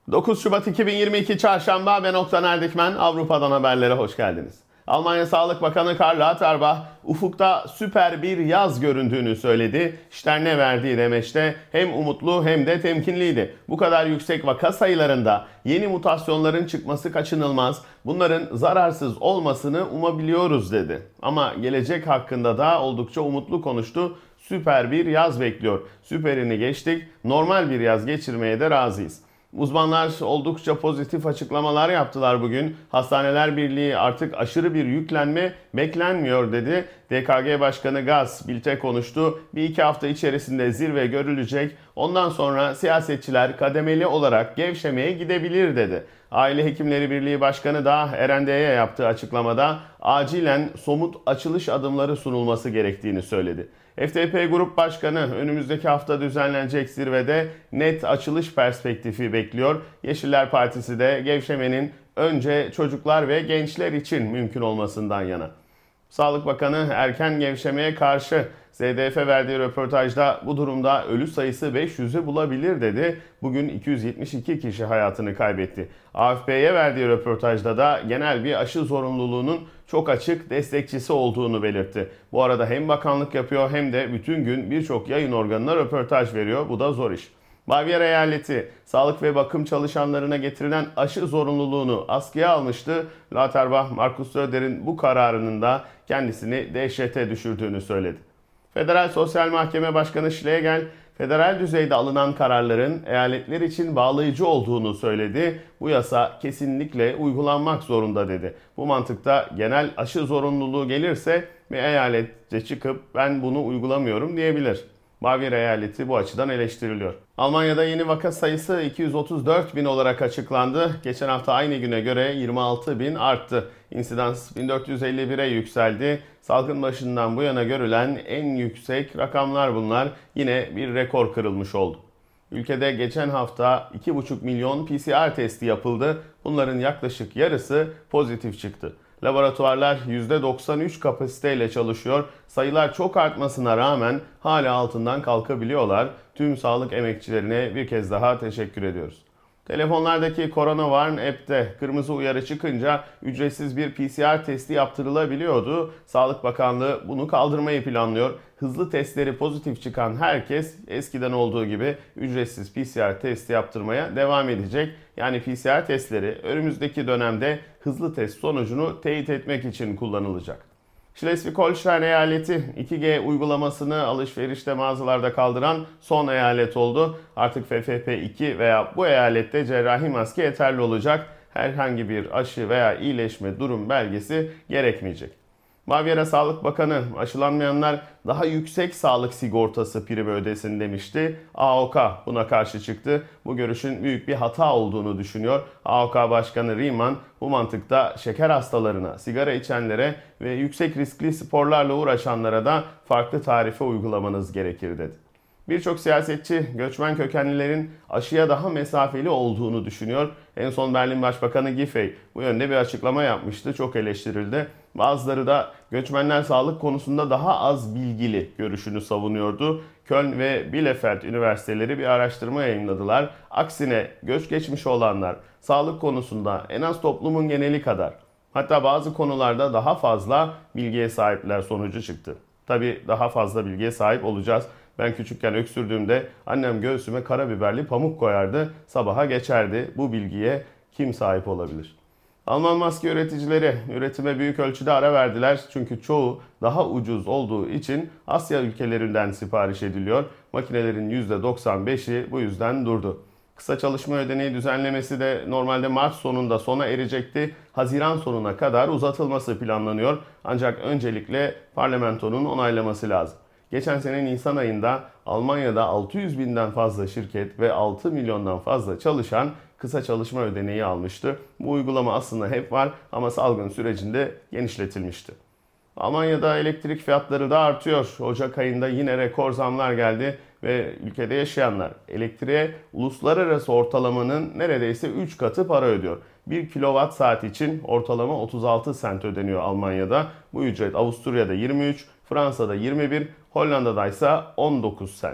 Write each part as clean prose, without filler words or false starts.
9 Şubat 2022 Çarşamba, ben Oktan Erdikmen. Avrupa'dan haberlere hoş geldiniz. Almanya Sağlık Bakanı Karl Lauterbach, ufukta süper bir yaz göründüğünü söyledi. Stern'e verdiği demeçte hem umutlu hem de temkinliydi. Bu kadar yüksek vaka sayılarında yeni mutasyonların çıkması kaçınılmaz. Bunların zararsız olmasını umabiliyoruz dedi. Ama gelecek hakkında da oldukça umutlu konuştu. Süper bir yaz bekliyor. Süperini geçtik. Normal bir yaz geçirmeye de razıyız. Uzmanlar oldukça pozitif açıklamalar yaptılar bugün. Hastaneler Birliği artık aşırı bir yüklenme beklenmiyor dedi. DKG Başkanı Gaz, Bild'e konuştu. Bir iki hafta içerisinde zirve görülecek. Ondan sonra siyasetçiler kademeli olarak gevşemeye gidebilir dedi. Aile Hekimleri Birliği Başkanı da RND'ye yaptığı açıklamada acilen somut açılış adımları sunulması gerektiğini söyledi. FDP Grup Başkanı önümüzdeki hafta düzenlenecek zirvede net açılış perspektifi bekliyor. Yeşiller Partisi de gevşemenin önce çocuklar ve gençler için mümkün olmasından yana. Sağlık Bakanı erken gevşemeye karşı. ZDF verdiği röportajda bu durumda ölü sayısı 500'ü bulabilir dedi. Bugün 272 kişi hayatını kaybetti. AFP'ye verdiği röportajda da genel bir aşı zorunluluğunun çok açık destekçisi olduğunu belirtti. Bu arada hem bakanlık yapıyor hem de bütün gün birçok yayın organına röportaj veriyor. Bu da zor iş. Bavyera eyaleti sağlık ve bakım çalışanlarına getirilen aşı zorunluluğunu askıya almıştı. Lauterbach, Markus Söder'in bu kararının da kendisini dehşete düşürdüğünü söyledi. Federal Sosyal Mahkeme Başkanı Schlegel, federal düzeyde alınan kararların eyaletler için bağlayıcı olduğunu söyledi. Bu yasa kesinlikle uygulanmak zorunda dedi. Bu mantıkta genel aşı zorunluluğu gelirse bir eyalette çıkıp ben bunu uygulamıyorum diyebilir. Bavyera eyaleti bu açıdan eleştiriliyor. Almanya'da yeni vaka sayısı 234 bin olarak açıklandı. Geçen hafta aynı güne göre 26 bin arttı. İnsidans 1451'e yükseldi. Salgın başından bu yana görülen en yüksek rakamlar bunlar. Yine bir rekor kırılmış oldu. Ülkede geçen hafta 2,5 milyon PCR testi yapıldı. Bunların yaklaşık yarısı pozitif çıktı. Laboratuvarlar %93 kapasiteyle çalışıyor. Sayılar çok artmasına rağmen hala altından kalkabiliyorlar. Tüm sağlık emekçilerine bir kez daha teşekkür ediyoruz. Telefonlardaki Corona app'te kırmızı uyarı çıkınca ücretsiz bir PCR testi yaptırılabiliyordu. Sağlık Bakanlığı bunu kaldırmayı planlıyor. Hızlı testleri pozitif çıkan herkes eskiden olduğu gibi ücretsiz PCR testi yaptırmaya devam edecek. Yani PCR testleri önümüzdeki dönemde hızlı test sonucunu teyit etmek için kullanılacak. Schleswig-Holstein eyaleti 2G uygulamasını alışverişte mağazalarda kaldıran son eyalet oldu. Artık FFP2 veya bu eyalette cerrahi maske yeterli olacak. Herhangi bir aşı veya iyileşme durum belgesi gerekmeyecek. Bavyera Sağlık Bakanı aşılanmayanlar daha yüksek sağlık sigortası primi ödesin demişti. AOK buna karşı çıktı. Bu görüşün büyük bir hata olduğunu düşünüyor. AOK Başkanı Riemann bu mantıkta şeker hastalarına, sigara içenlere ve yüksek riskli sporlarla uğraşanlara da farklı tarife uygulamanız gerekir dedi. Birçok siyasetçi göçmen kökenlilerin aşıya daha mesafeli olduğunu düşünüyor. En son Berlin Başbakanı Giffey bu yönde bir açıklama yapmıştı. Çok eleştirildi. Bazıları da göçmenler sağlık konusunda daha az bilgili görüşünü savunuyordu. Köln ve Bielefeld üniversiteleri bir araştırma yayınladılar. Aksine göç geçmiş olanlar sağlık konusunda en az toplumun geneli kadar, hatta bazı konularda daha fazla bilgiye sahipler sonucu çıktı. Tabii daha fazla bilgiye sahip olacağız. Ben küçükken öksürdüğümde annem göğsüme karabiberli pamuk koyardı, sabaha geçerdi. Bu bilgiye kim sahip olabilir? Alman maske üreticileri üretime büyük ölçüde ara verdiler. Çünkü çoğu daha ucuz olduğu için Asya ülkelerinden sipariş ediliyor. Makinelerin %95'i bu yüzden durdu. Kısa çalışma ödeneği düzenlemesi de normalde Mart sonunda sona erecekti. Haziran sonuna kadar uzatılması planlanıyor. Ancak öncelikle parlamentonun onaylaması lazım. Geçen sene Nisan ayında Almanya'da 600 binden fazla şirket ve 6 milyondan fazla çalışan kısa çalışma ödeneği almıştı. Bu uygulama aslında hep var ama salgın sürecinde genişletilmişti. Almanya'da elektrik fiyatları da artıyor. Ocak ayında yine rekor zamlar geldi ve ülkede yaşayanlar elektriğe uluslararası ortalamanın neredeyse 3 katı para ödüyor. 1 kilowatt saat için ortalama 36 sent ödeniyor Almanya'da. Bu ücret Avusturya'da 23, Fransa'da 21, Hollanda'da ise 19 sent.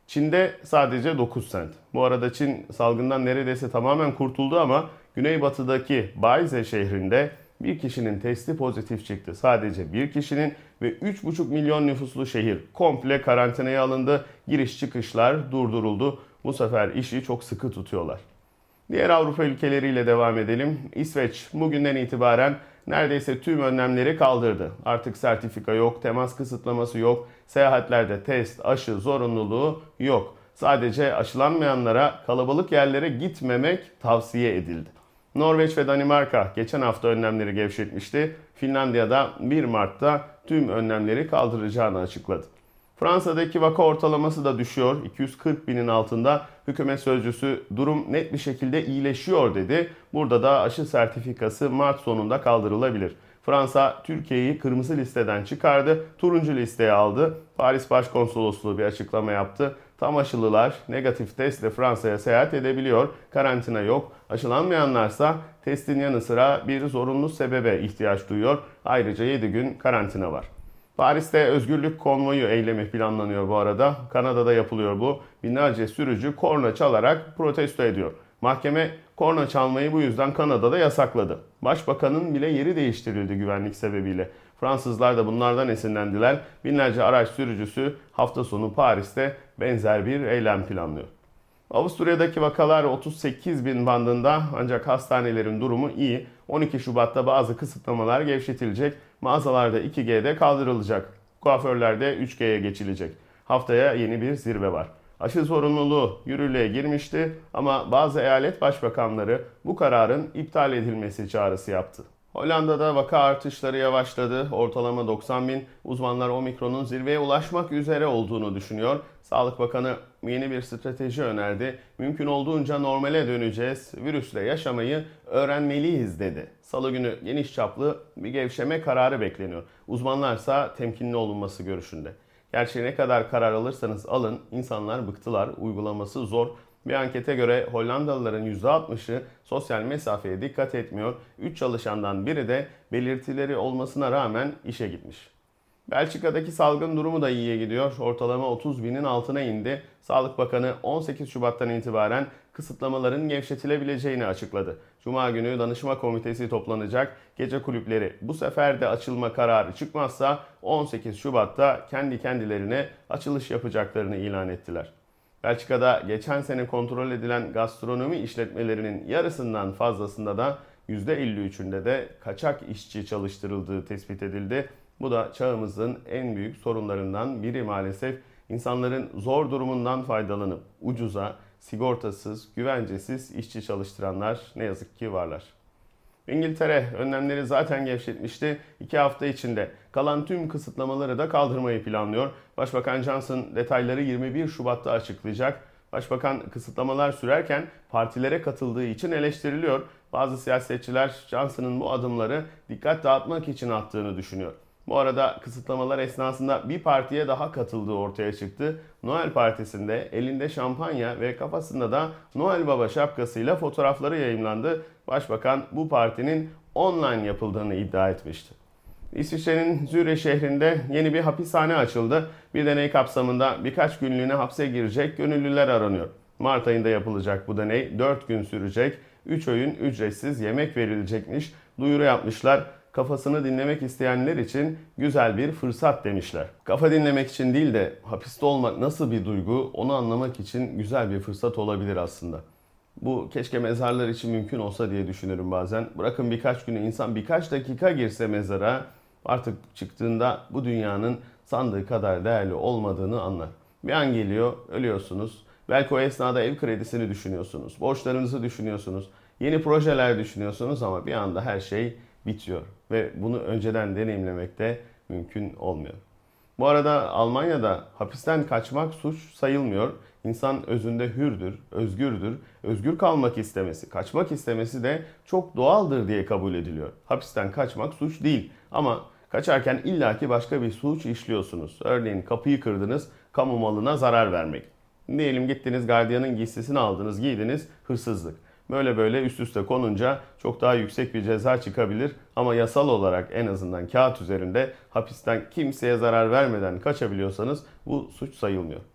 Çin'de sadece 9 sent. Bu arada Çin salgından neredeyse tamamen kurtuldu ama güneybatıdaki Baize şehrinde bir kişinin testi pozitif çıktı. Sadece bir kişinin ve 3,5 milyon nüfuslu şehir komple karantinaya alındı. Giriş çıkışlar durduruldu. Bu sefer işi çok sıkı tutuyorlar. Diğer Avrupa ülkeleriyle devam edelim. İsveç bugünden itibaren neredeyse tüm önlemleri kaldırdı. Artık sertifika yok, temas kısıtlaması yok, seyahatlerde test, aşı zorunluluğu yok. Sadece aşılanmayanlara kalabalık yerlere gitmemek tavsiye edildi. Norveç ve Danimarka geçen hafta önlemleri gevşetmişti. Finlandiya'da 1 Mart'ta tüm önlemleri kaldıracağını açıkladı. Fransa'daki vaka ortalaması da düşüyor. 240 binin altında. Hükümet sözcüsü durum net bir şekilde iyileşiyor dedi. Burada da aşı sertifikası Mart sonunda kaldırılabilir. Fransa Türkiye'yi kırmızı listeden çıkardı, turuncu listeye aldı. Paris Başkonsolosluğu bir açıklama yaptı. Tam aşılılar negatif testle Fransa'ya seyahat edebiliyor. Karantina yok. Aşılanmayanlarsa testin yanı sıra bir zorunlu sebebe ihtiyaç duyuyor. Ayrıca 7 gün karantina var. Paris'te özgürlük konvoyu eylemi planlanıyor bu arada. Kanada'da yapılıyor bu. Binlerce sürücü korna çalarak protesto ediyor. Mahkeme korna çalmayı bu yüzden Kanada'da yasakladı. Başbakanın bile yeri değiştirildi güvenlik sebebiyle. Fransızlar da bunlardan esinlendiler. Binlerce araç sürücüsü hafta sonu Paris'te benzer bir eylem planlıyor. Avusturya'daki vakalar 38 bin bandında ancak hastanelerin durumu iyi. 12 Şubat'ta bazı kısıtlamalar gevşetilecek. Mağazalarda 2G'de kaldırılacak. Kuaförlerde 3G'ye geçilecek. Haftaya yeni bir zirve var. Aşı zorunluluğu yürürlüğe girmişti ama bazı eyalet başbakanları bu kararın iptal edilmesi çağrısı yaptı. Hollanda'da vaka artışları yavaşladı. Ortalama 90 bin. Uzmanlar omikronun zirveye ulaşmak üzere olduğunu düşünüyor. Sağlık Bakanı yeni bir strateji önerdi. Mümkün olduğunca normale döneceğiz. Virüsle yaşamayı öğrenmeliyiz dedi. Salı günü geniş çaplı bir gevşeme kararı bekleniyor. Uzmanlarsa temkinli olunması görüşünde. Gerçi ne kadar karar alırsanız alın, insanlar bıktılar, uygulaması zor. Bir ankete göre Hollandalıların %60'ı sosyal mesafeye dikkat etmiyor. 3 çalışandan biri de belirtileri olmasına rağmen işe gitmiş. Belçika'daki salgın durumu da iyiye gidiyor. Ortalama 30 binin altına indi. Sağlık Bakanı 18 Şubat'tan itibaren kısıtlamaların gevşetilebileceğini açıkladı. Cuma günü danışma komitesi toplanacak. Gece kulüpleri bu sefer de açılma kararı çıkmazsa 18 Şubat'ta kendi kendilerine açılış yapacaklarını ilan ettiler. Belçika'da geçen sene kontrol edilen gastronomi işletmelerinin yarısından fazlasında da %53'ünde de kaçak işçi çalıştırıldığı tespit edildi. Bu da çağımızın en büyük sorunlarından biri maalesef. İnsanların zor durumundan faydalanıp ucuza, sigortasız, güvencesiz işçi çalıştıranlar ne yazık ki varlar. İngiltere önlemleri zaten gevşetmişti. 2 hafta içinde kalan tüm kısıtlamaları da kaldırmayı planlıyor. Başbakan Johnson detayları 21 Şubat'ta açıklayacak. Başbakan kısıtlamalar sürerken partilere katıldığı için eleştiriliyor. Bazı siyasetçiler Johnson'ın bu adımları dikkat dağıtmak için attığını düşünüyor. Bu arada kısıtlamalar esnasında bir partiye daha katıldığı ortaya çıktı. Noel Partisi'nde elinde şampanya ve kafasında da Noel Baba şapkasıyla fotoğrafları yayımlandı. Başbakan bu partinin online yapıldığını iddia etmişti. İsviçre'nin Zürih şehrinde yeni bir hapishane açıldı. Bir deney kapsamında birkaç günlüğüne hapse girecek gönüllüler aranıyor. Mart ayında yapılacak bu deney 4 gün sürecek. 3 öğün ücretsiz yemek verilecekmiş. Duyuru yapmışlar. Kafasını dinlemek isteyenler için güzel bir fırsat demişler. Kafa dinlemek için değil de hapiste olmak nasıl bir duygu onu anlamak için güzel bir fırsat olabilir aslında. Bu keşke mezarlar için mümkün olsa diye düşünürüm bazen. Bırakın birkaç günü insan birkaç dakika girse mezara artık çıktığında bu dünyanın sandığı kadar değerli olmadığını anlar. Bir an geliyor, ölüyorsunuz. Belki o esnada ev kredisini düşünüyorsunuz, borçlarınızı düşünüyorsunuz, yeni projeler düşünüyorsunuz ama bir anda her şey bitiyor ve bunu önceden deneyimlemek de mümkün olmuyor. Bu arada Almanya'da hapisten kaçmak suç sayılmıyor. İnsan özünde hürdür, özgürdür. Özgür kalmak istemesi, kaçmak istemesi de çok doğaldır diye kabul ediliyor. Hapisten kaçmak suç değil ama kaçarken illaki başka bir suç işliyorsunuz. Örneğin kapıyı kırdınız, kamu malına zarar vermek. Diyelim gittiniz gardiyanın giysisini aldınız, giydiniz, hırsızlık. Böyle üst üste konunca çok daha yüksek bir ceza çıkabilir ama yasal olarak en azından kağıt üzerinde hapisten kimseye zarar vermeden kaçabiliyorsanız bu suç sayılmıyor.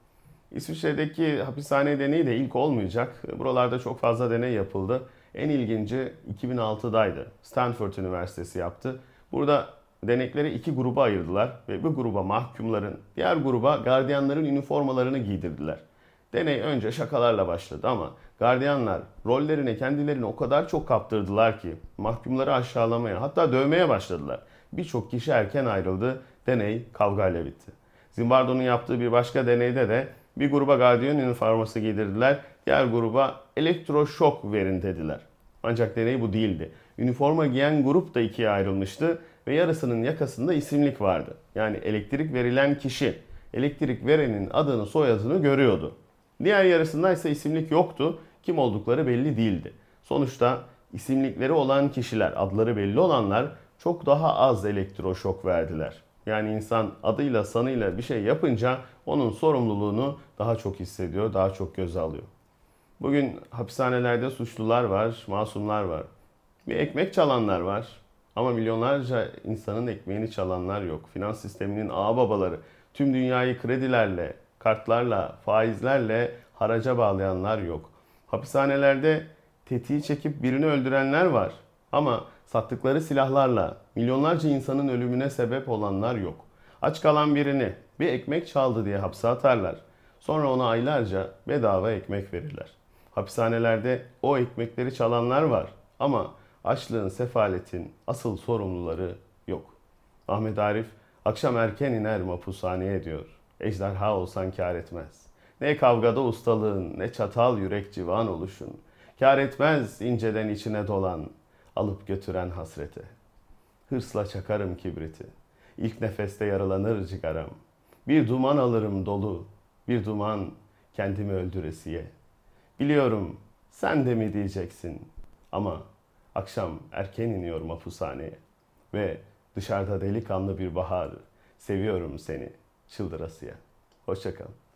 İsviçre'deki hapishane deneyi de ilk olmayacak. Buralarda çok fazla deney yapıldı. En ilginci 2006'daydı. Stanford Üniversitesi yaptı. Burada denekleri iki gruba ayırdılar ve bu gruba mahkumların, diğer gruba gardiyanların üniformalarını giydirdiler. Deney önce şakalarla başladı ama gardiyanlar rollerine kendilerini o kadar çok kaptırdılar ki mahkumları aşağılamaya hatta dövmeye başladılar. Birçok kişi erken ayrıldı. Deney kavgayla bitti. Zimbardo'nun yaptığı bir başka deneyde de bir gruba gardiyan üniforması giydirdiler, diğer gruba elektroşok verin dediler. Ancak deney bu değildi. Üniforma giyen grup da ikiye ayrılmıştı ve yarısının yakasında isimlik vardı. Yani elektrik verilen kişi, elektrik verenin adını soyadını görüyordu. Diğer yarısında ise isimlik yoktu, kim oldukları belli değildi. Sonuçta isimlikleri olan kişiler, adları belli olanlar çok daha az elektroşok verdiler. Yani insan adıyla sanıyla bir şey yapınca onun sorumluluğunu daha çok hissediyor, daha çok göze alıyor. Bugün hapishanelerde suçlular var, masumlar var. Bir ekmek çalanlar var ama milyonlarca insanın ekmeğini çalanlar yok. Finans sisteminin ağababaları tüm dünyayı kredilerle, kartlarla, faizlerle haraca bağlayanlar yok. Hapishanelerde tetiği çekip birini öldürenler var ama sattıkları silahlarla milyonlarca insanın ölümüne sebep olanlar yok. Aç kalan birini bir ekmek çaldı diye hapse atarlar. Sonra ona aylarca bedava ekmek verirler. Hapishanelerde o ekmekleri çalanlar var ama açlığın, sefaletin asıl sorumluları yok. Ahmet Arif akşam erken iner mapushaneye diyor. Ejderha olsan kâr etmez. Ne kavgada ustalığın, ne çatal yürek civan oluşun. Kâr etmez inceden içine dolan, alıp götüren hasrete. Hırsla çakarım kibriti. İlk nefeste yaralanır cigaram. Bir duman alırım dolu, bir duman kendimi öldüresiye. Biliyorum sen de mi diyeceksin ama akşam erken iniyor mapushaneye ve dışarıda delikanlı bir bahar. Seviyorum seni çıldırasıya. Hoşça kal.